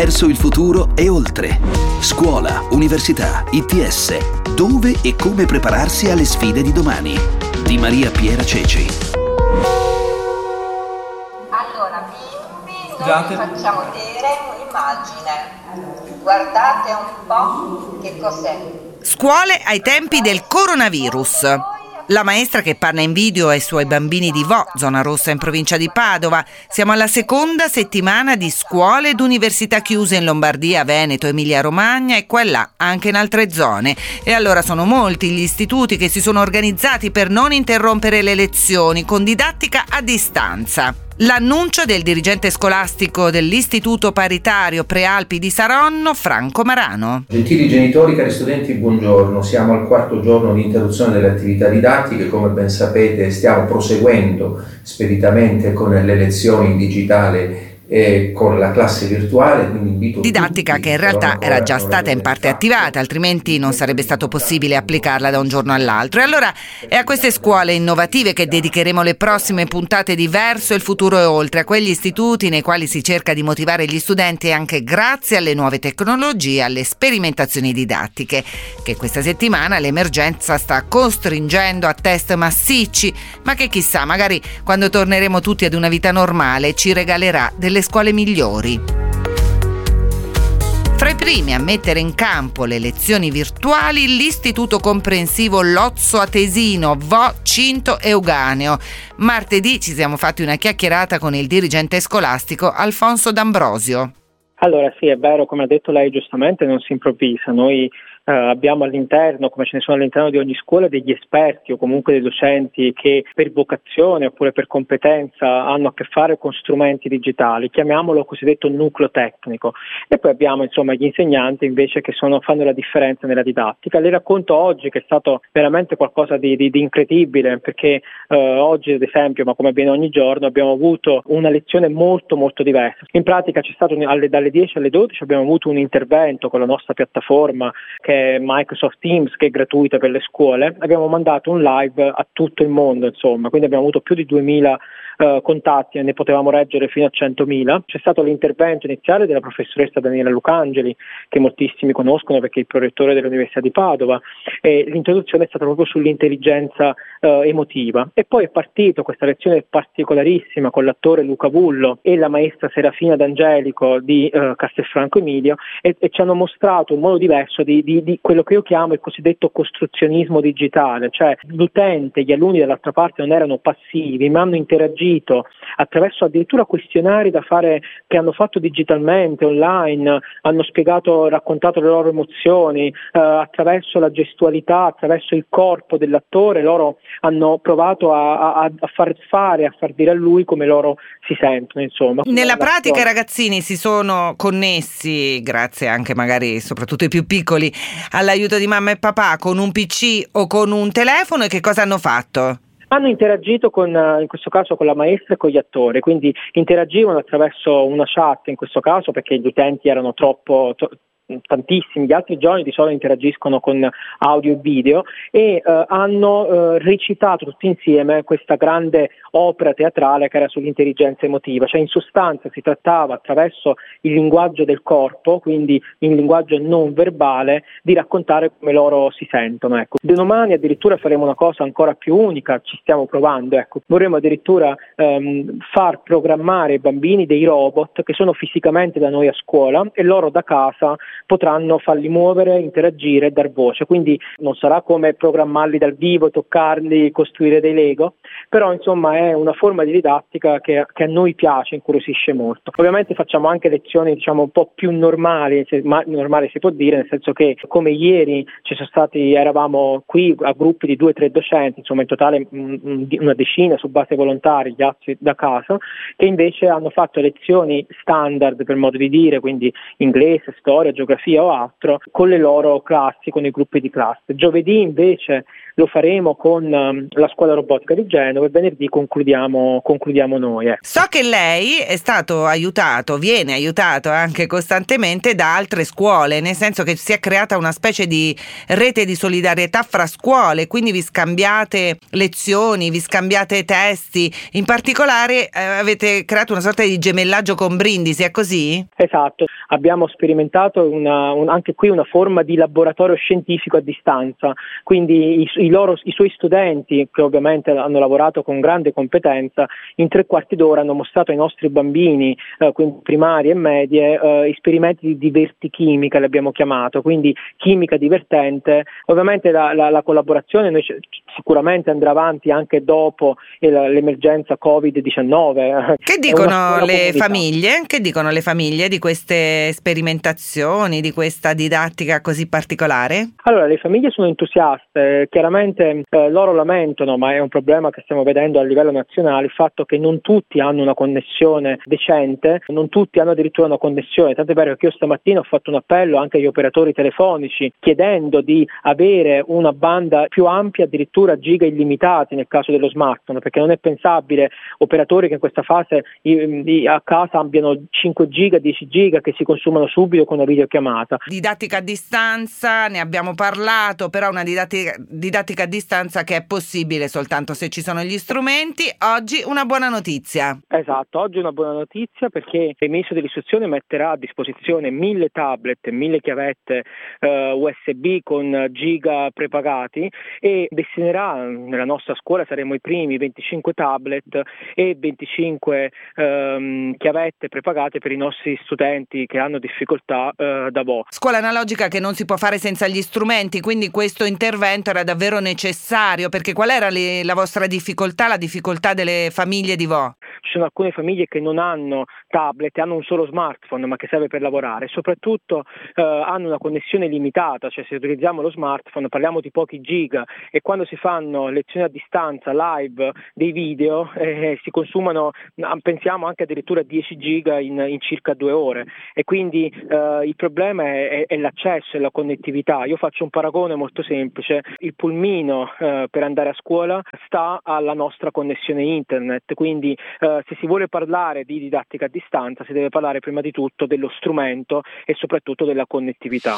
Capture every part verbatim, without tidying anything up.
verso il futuro e oltre. Scuola, università, I T S. Dove e come prepararsi alle sfide di domani. Di Maria Piera Ceci. Allora, bimbi, noi vi facciamo vedere un'immagine. Guardate un po' che cos'è. Scuole ai tempi del coronavirus. La maestra che parla in video ai suoi bambini di Vo, zona rossa in provincia di Padova. Siamo alla seconda settimana di scuole ed università chiuse in Lombardia, Veneto, Emilia-Romagna e qua e là anche in altre zone. E allora sono molti gli istituti che si sono organizzati per non interrompere le lezioni con didattica a distanza. L'annuncio del dirigente scolastico dell'Istituto Paritario Prealpi di Saronno, Franco Marano. Gentili genitori, cari studenti, buongiorno. Siamo al quarto giorno di interruzione delle attività didattiche. Come ben sapete stiamo proseguendo speditamente con le lezioni in digitale e con la classe virtuale, quindi invito didattica tutti che in realtà era già stata in parte attivata, altrimenti non sarebbe stato possibile applicarla da un giorno all'altro. E allora è a queste scuole innovative che dedicheremo le prossime puntate di Verso il futuro e oltre, a quegli istituti nei quali si cerca di motivare gli studenti anche grazie alle nuove tecnologie, alle sperimentazioni didattiche, che questa settimana l'emergenza sta costringendo a test massicci, ma che chissà, magari quando torneremo tutti ad una vita normale ci regalerà delle scuole migliori. Fra i primi a mettere in campo le lezioni virtuali l'Istituto Comprensivo Lozzo Atesino, Vo, Cinto Euganeo. Martedì ci siamo fatti una chiacchierata con il dirigente scolastico Alfonso D'Ambrosio. Allora sì, è vero, come ha detto lei giustamente, non si improvvisa. Noi Uh, abbiamo all'interno, come ce ne sono all'interno di ogni scuola, degli esperti o comunque dei docenti che per vocazione oppure per competenza hanno a che fare con strumenti digitali, chiamiamolo cosiddetto nucleo tecnico, e poi abbiamo insomma gli insegnanti invece che sono, fanno la differenza nella didattica. Le racconto oggi che è stato veramente qualcosa di, di, di incredibile, perché uh, oggi ad esempio, ma come avviene ogni giorno, abbiamo avuto una lezione molto molto diversa. In pratica c'è stato alle, dalle dieci alle dodici abbiamo avuto un intervento con la nostra piattaforma che Microsoft Teams, che è gratuita per le scuole. Abbiamo mandato un live a tutto il mondo, insomma, quindi abbiamo avuto più di duemila uh, contatti e ne potevamo reggere fino a centomila. C'è stato l'intervento iniziale della professoressa Daniela Lucangeli, che moltissimi conoscono perché è il prorettore dell'Università di Padova, e l'introduzione è stata proprio sull'intelligenza uh, emotiva. E poi è partito questa lezione particolarissima con l'attore Luca Vullo e la maestra Serafina D'Angelico di uh, Castelfranco Emilio, e, e ci hanno mostrato un modo diverso di, di di quello che io chiamo il cosiddetto costruzionismo digitale, cioè l'utente, gli alunni dall'altra parte non erano passivi, ma hanno interagito attraverso addirittura questionari da fare, che hanno fatto digitalmente, online, hanno spiegato, raccontato le loro emozioni, eh, attraverso la gestualità, attraverso il corpo dell'attore, loro hanno provato a, a, a far fare, a far dire a lui come loro si sentono, insomma. Nella pratica i ragazzini si sono connessi, grazie anche magari soprattutto ai più piccoli, all'aiuto di mamma e papà con un P C o con un telefono, e che cosa hanno fatto? Hanno interagito con, in questo caso con la maestra e con gli attori, quindi interagivano attraverso una chat in questo caso perché gli utenti erano troppo... To- tantissimi. Gli altri giorni di solito interagiscono con audio e video e eh, hanno eh, recitato tutti insieme questa grande opera teatrale che era sull'intelligenza emotiva, cioè in sostanza si trattava attraverso il linguaggio del corpo, quindi in linguaggio non verbale, di raccontare come loro si sentono. Ecco. Domani addirittura faremo una cosa ancora più unica, ci stiamo provando, ecco. Vorremmo addirittura ehm, far programmare ai bambini dei robot che sono fisicamente da noi a scuola e loro da casa potranno farli muovere, interagire e dar voce, quindi non sarà come programmarli dal vivo, toccarli, costruire dei Lego, però insomma è una forma di didattica che, che a noi piace, incuriosisce molto. Ovviamente facciamo anche lezioni diciamo un po' più normali, se, ma normali si può dire, nel senso che come ieri ci sono stati, eravamo qui a gruppi di due o tre docenti, insomma in totale mh, una decina su base volontaria, gli altri da casa, che invece hanno fatto lezioni standard per modo di dire, quindi inglese, storia, geografia o altro, con le loro classi, con i gruppi di classe. Giovedì invece lo faremo con um, la scuola robotica di Genova e venerdì concludiamo, concludiamo noi. Eh. So che lei è stato aiutato, viene aiutato anche costantemente da altre scuole, nel senso che si è creata una specie di rete di solidarietà fra scuole, quindi vi scambiate lezioni, vi scambiate testi, in particolare eh, avete creato una sorta di gemellaggio con Brindisi, è così? Esatto, abbiamo sperimentato una, un, anche qui una forma di laboratorio scientifico a distanza, quindi i, i, loro, i suoi studenti, che ovviamente hanno lavorato con grande competenza, in tre quarti d'ora hanno mostrato ai nostri bambini, eh, quindi primarie e medie, eh, esperimenti di divertichimica, li abbiamo chiamato, quindi chimica divertente. Ovviamente la, la, la collaborazione noi c- sicuramente andrà avanti anche dopo il, l'emergenza covid diciannove. Che dicono le famiglie? Che dicono le famiglie di queste sperimentazioni, di questa didattica così particolare? Allora, le famiglie sono entusiaste, chiaramente eh, loro lamentano, ma è un problema che stiamo vedendo a livello nazionale, il fatto che non tutti hanno una connessione decente, non tutti hanno addirittura una connessione, tanto è vero che io stamattina ho fatto un appello anche agli operatori telefonici chiedendo di avere una banda più ampia, addirittura giga illimitati nel caso dello smartphone, perché non è pensabile operatori che in questa fase i, i, a casa abbiano cinque giga, dieci giga che si consumano subito con una videochiamata. Didattica a distanza, ne abbiamo parlato, però una didattica, didattica a distanza che è possibile soltanto se ci sono gli strumenti. Oggi una buona notizia. Esatto, oggi una buona notizia perché il Ministro dell'Istruzione metterà a disposizione mille tablet, mille chiavette eh, U S B con giga prepagati e destinerà, nella nostra scuola saremo i primi, venticinque tablet e venticinque ehm, chiavette prepagate per i nostri studenti che hanno difficoltà eh, da Vo. Scuola analogica che non si può fare senza gli strumenti, quindi questo intervento era davvero necessario, perché qual era le, la vostra difficoltà, la difficoltà delle famiglie di Vo? Ci sono alcune famiglie che non hanno tablet, hanno un solo smartphone ma che serve per lavorare, soprattutto eh, hanno una connessione limitata, cioè se utilizziamo lo smartphone parliamo di pochi giga e quando si fanno lezioni a distanza live dei video eh, si consumano, pensiamo anche addirittura dieci giga in, in circa due ore e quindi eh, il problema è, è, è l'accesso e la connettività. Io faccio un paragone molto semplice, il pulmino eh, per andare a scuola sta alla nostra connessione internet, quindi eh, se si vuole parlare di didattica a distanza si deve parlare prima di tutto dello strumento e soprattutto della connettività.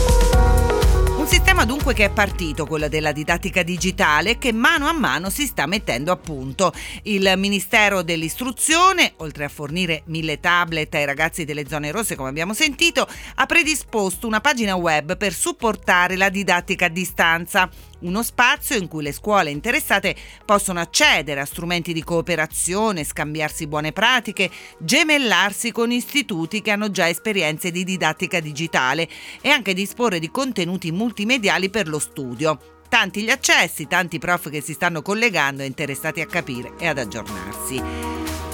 Un sistema dunque che è partito, quello della didattica digitale, che mano a mano si sta mettendo a punto. Il Ministero dell'Istruzione, oltre a fornire mille tablet ai ragazzi delle zone rosse, come abbiamo sentito, ha predisposto una pagina web per supportare la didattica a distanza. Uno spazio in cui le scuole interessate possono accedere a strumenti di cooperazione, scambiarsi buone pratiche, gemellarsi con istituti che hanno già esperienze di didattica digitale e anche disporre di contenuti multimediali per lo studio. Tanti gli accessi, tanti prof che si stanno collegando e interessati a capire e ad aggiornarsi.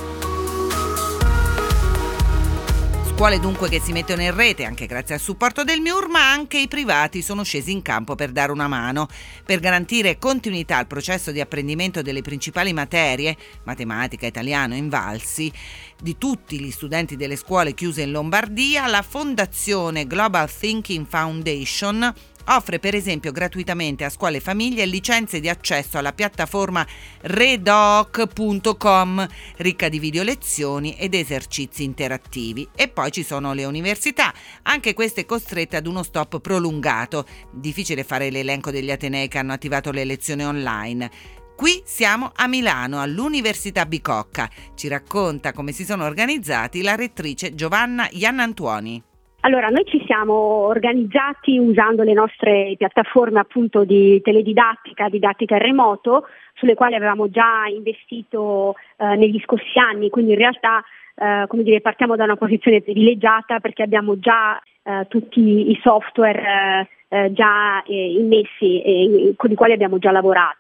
Scuole dunque che si mettono in rete anche grazie al supporto del M I U R, ma anche i privati sono scesi in campo per dare una mano. Per garantire continuità al processo di apprendimento delle principali materie, matematica, italiano e invalsi, di tutti gli studenti delle scuole chiuse in Lombardia, la Fondazione Global Thinking Foundation offre per esempio gratuitamente a scuole e famiglie licenze di accesso alla piattaforma redoc punto com, ricca di video lezioni ed esercizi interattivi. E poi ci sono le università, anche queste costrette ad uno stop prolungato. Difficile fare l'elenco degli atenei che hanno attivato le lezioni online. Qui siamo a Milano, all'Università Bicocca. Ci racconta come si sono organizzati la rettrice Giovanna Iannantuoni. Allora, noi ci siamo organizzati usando le nostre piattaforme appunto di teledidattica, didattica in remoto, sulle quali avevamo già investito eh, negli scorsi anni, quindi in realtà eh, come dire, partiamo da una posizione privilegiata perché abbiamo già eh, tutti i software eh, eh, già eh, immessi e con i quali abbiamo già lavorato.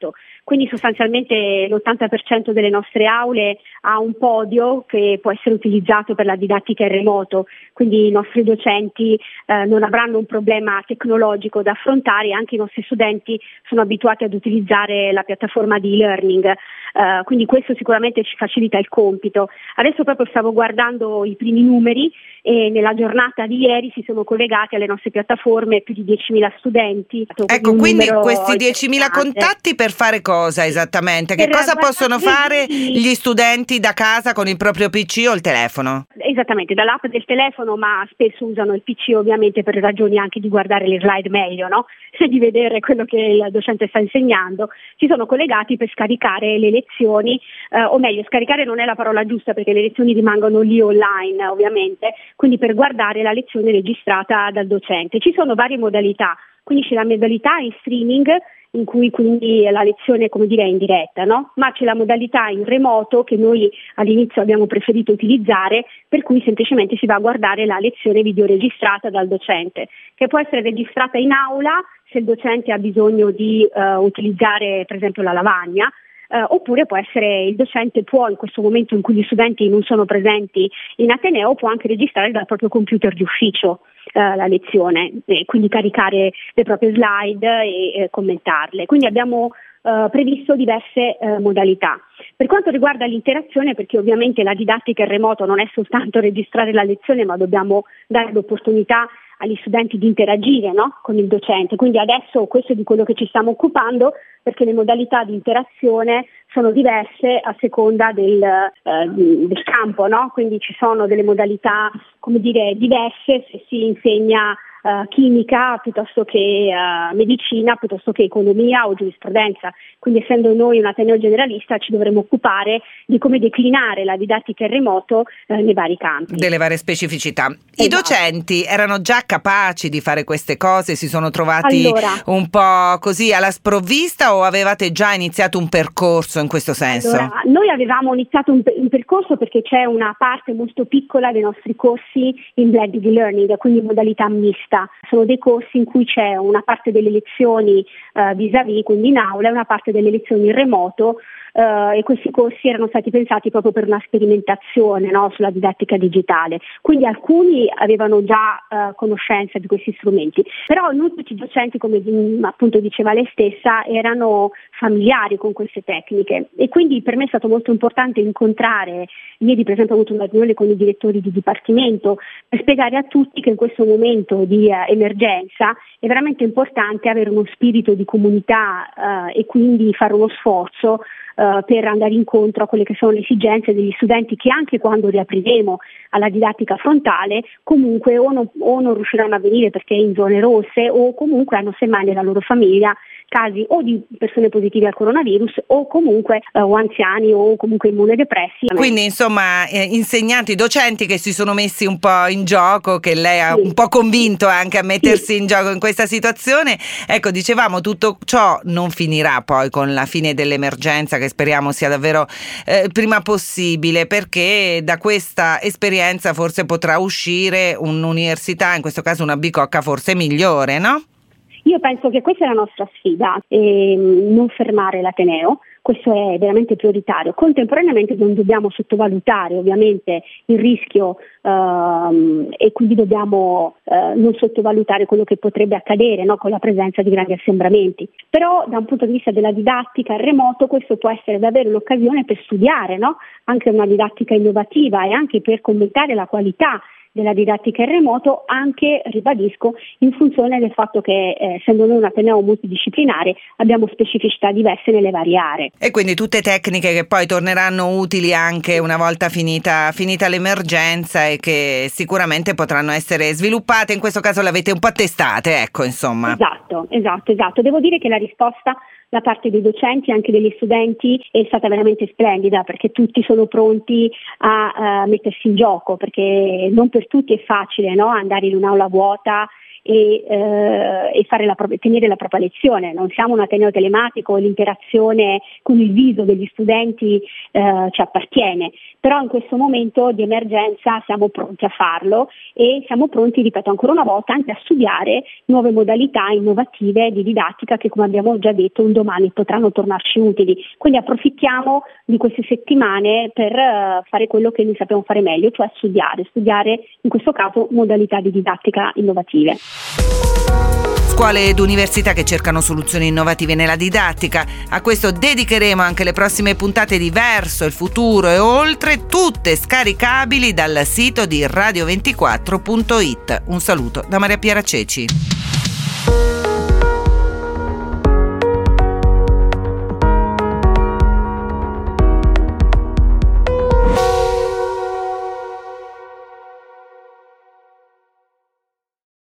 quindi sostanzialmente l'ottanta per cento delle nostre aule ha un podio che può essere utilizzato per la didattica in remoto, quindi i nostri docenti eh, non avranno un problema tecnologico da affrontare, anche i nostri studenti sono abituati ad utilizzare la piattaforma di e-learning, eh, quindi questo sicuramente ci facilita il compito. Adesso proprio stavo guardando i primi numeri e nella giornata di ieri si sono collegati alle nostre piattaforme più di diecimila studenti. Ecco, quindi questi diecimila contatti per fare cosa esattamente? Che Per cosa possono fare i- gli studenti da casa con il proprio P C o il telefono? Esattamente, dall'app del telefono, ma spesso usano il P C ovviamente per ragioni anche di guardare le slide meglio, no? Di vedere quello che il docente sta insegnando. Si sono collegati per scaricare le lezioni, eh, o meglio, scaricare non è la parola giusta perché le lezioni rimangono lì online ovviamente, quindi per guardare la lezione registrata dal docente. Ci sono varie modalità, quindi c'è la modalità in streaming, in cui quindi la lezione, come dire, è in diretta, no? Ma c'è la modalità in remoto che noi all'inizio abbiamo preferito utilizzare, per cui semplicemente si va a guardare la lezione videoregistrata dal docente, che può essere registrata in aula se il docente ha bisogno di uh, utilizzare per esempio la lavagna, Uh, oppure può essere, il docente può, in questo momento in cui gli studenti non sono presenti in Ateneo, può anche registrare dal proprio computer di ufficio uh, la lezione e quindi caricare le proprie slide e, e commentarle. Quindi abbiamo uh, previsto diverse uh, modalità. Per quanto riguarda l'interazione, perché ovviamente la didattica in remoto non è soltanto registrare la lezione, ma dobbiamo dare l'opportunità agli studenti di interagire, no? Con il docente, quindi adesso questo è di quello che ci stiamo occupando, perché le modalità di interazione sono diverse a seconda del, eh, del campo, no? Quindi ci sono delle modalità, come dire, diverse se si insegna uh, chimica piuttosto che uh, medicina, piuttosto che economia o giurisprudenza. Quindi essendo noi un ateneo generalista ci dovremo occupare di come declinare la didattica in remoto eh, nei vari campi. Delle varie specificità. I Esatto. docenti erano già capaci di fare queste cose? Si sono trovati Allora, un po' così alla sprovvista o avevate già iniziato un percorso in questo senso? Allora, noi avevamo iniziato un, un percorso perché c'è una parte molto piccola dei nostri corsi in blended learning, quindi in modalità mista. Sono dei corsi in cui c'è una parte delle lezioni uh, vis-à-vis, quindi in aula, e una parte delle lezioni in remoto, uh, e questi corsi erano stati pensati proprio per una sperimentazione, no, sulla didattica digitale. Quindi alcuni avevano già uh, conoscenza di questi strumenti, però non tutti i docenti, come di, appunto diceva lei stessa, erano familiari con queste tecniche, e quindi per me è stato molto importante incontrare, ieri per esempio ho avuto una riunione con i direttori di dipartimento per spiegare a tutti che in questo momento di uh, emergenza è veramente importante avere uno spirito di comunità uh, e quindi fare uno sforzo Uh, per andare incontro a quelle che sono le esigenze degli studenti, che anche quando riapriremo alla didattica frontale comunque o non, o non riusciranno a venire perché in zone rosse, o comunque hanno semmai nella loro famiglia casi o di persone positive al coronavirus o comunque uh, o anziani o comunque immunodepressi. Quindi insomma eh, insegnanti, docenti che si sono messi un po' in gioco, che lei ha Sì. un po' convinto anche a mettersi Sì. in gioco in questa situazione. Ecco, dicevamo, tutto ciò non finirà poi con la fine dell'emergenza, che speriamo sia davvero eh, prima possibile, perché da questa esperienza forse potrà uscire un'università, in questo caso una bicocca forse migliore, no? Io penso che questa è la nostra sfida, ehm, non fermare l'Ateneo, questo è veramente prioritario. Contemporaneamente non dobbiamo sottovalutare ovviamente il rischio ehm, e quindi dobbiamo eh, non sottovalutare quello che potrebbe accadere, no, con la presenza di grandi assembramenti. Però da un punto di vista della didattica in remoto questo può essere davvero l'occasione per studiare, no, anche una didattica innovativa e anche per commentare la qualità della didattica in remoto, anche, ribadisco, in funzione del fatto che eh, essendo noi un ateneo multidisciplinare abbiamo specificità diverse nelle varie aree. E quindi tutte tecniche che poi torneranno utili anche una volta finita, finita l'emergenza e che sicuramente potranno essere sviluppate, in questo caso le avete un po' testate, ecco, insomma. Esatto, esatto, esatto. Devo dire che la risposta da parte dei docenti e anche degli studenti è stata veramente splendida, perché tutti sono pronti a uh, mettersi in gioco, perché non per tutti è facile, no, andare in un'aula vuota e, eh, e fare la propria, tenere la propria lezione. Non siamo un ateneo telematico, l'interazione con il viso degli studenti eh, ci appartiene, però in questo momento di emergenza siamo pronti a farlo e siamo pronti, ripeto ancora una volta, anche a studiare nuove modalità innovative di didattica che, come abbiamo già detto, un domani potranno tornarci utili. Quindi approfittiamo di queste settimane per uh, fare quello che noi sappiamo fare meglio, cioè studiare, studiare in questo caso modalità di didattica innovative. Scuole ed università che cercano soluzioni innovative nella didattica. A questo dedicheremo anche le prossime puntate di Verso il futuro e oltre, tutte scaricabili dal sito di radio ventiquattro punto it. Un saluto da Maria Piera Ceci.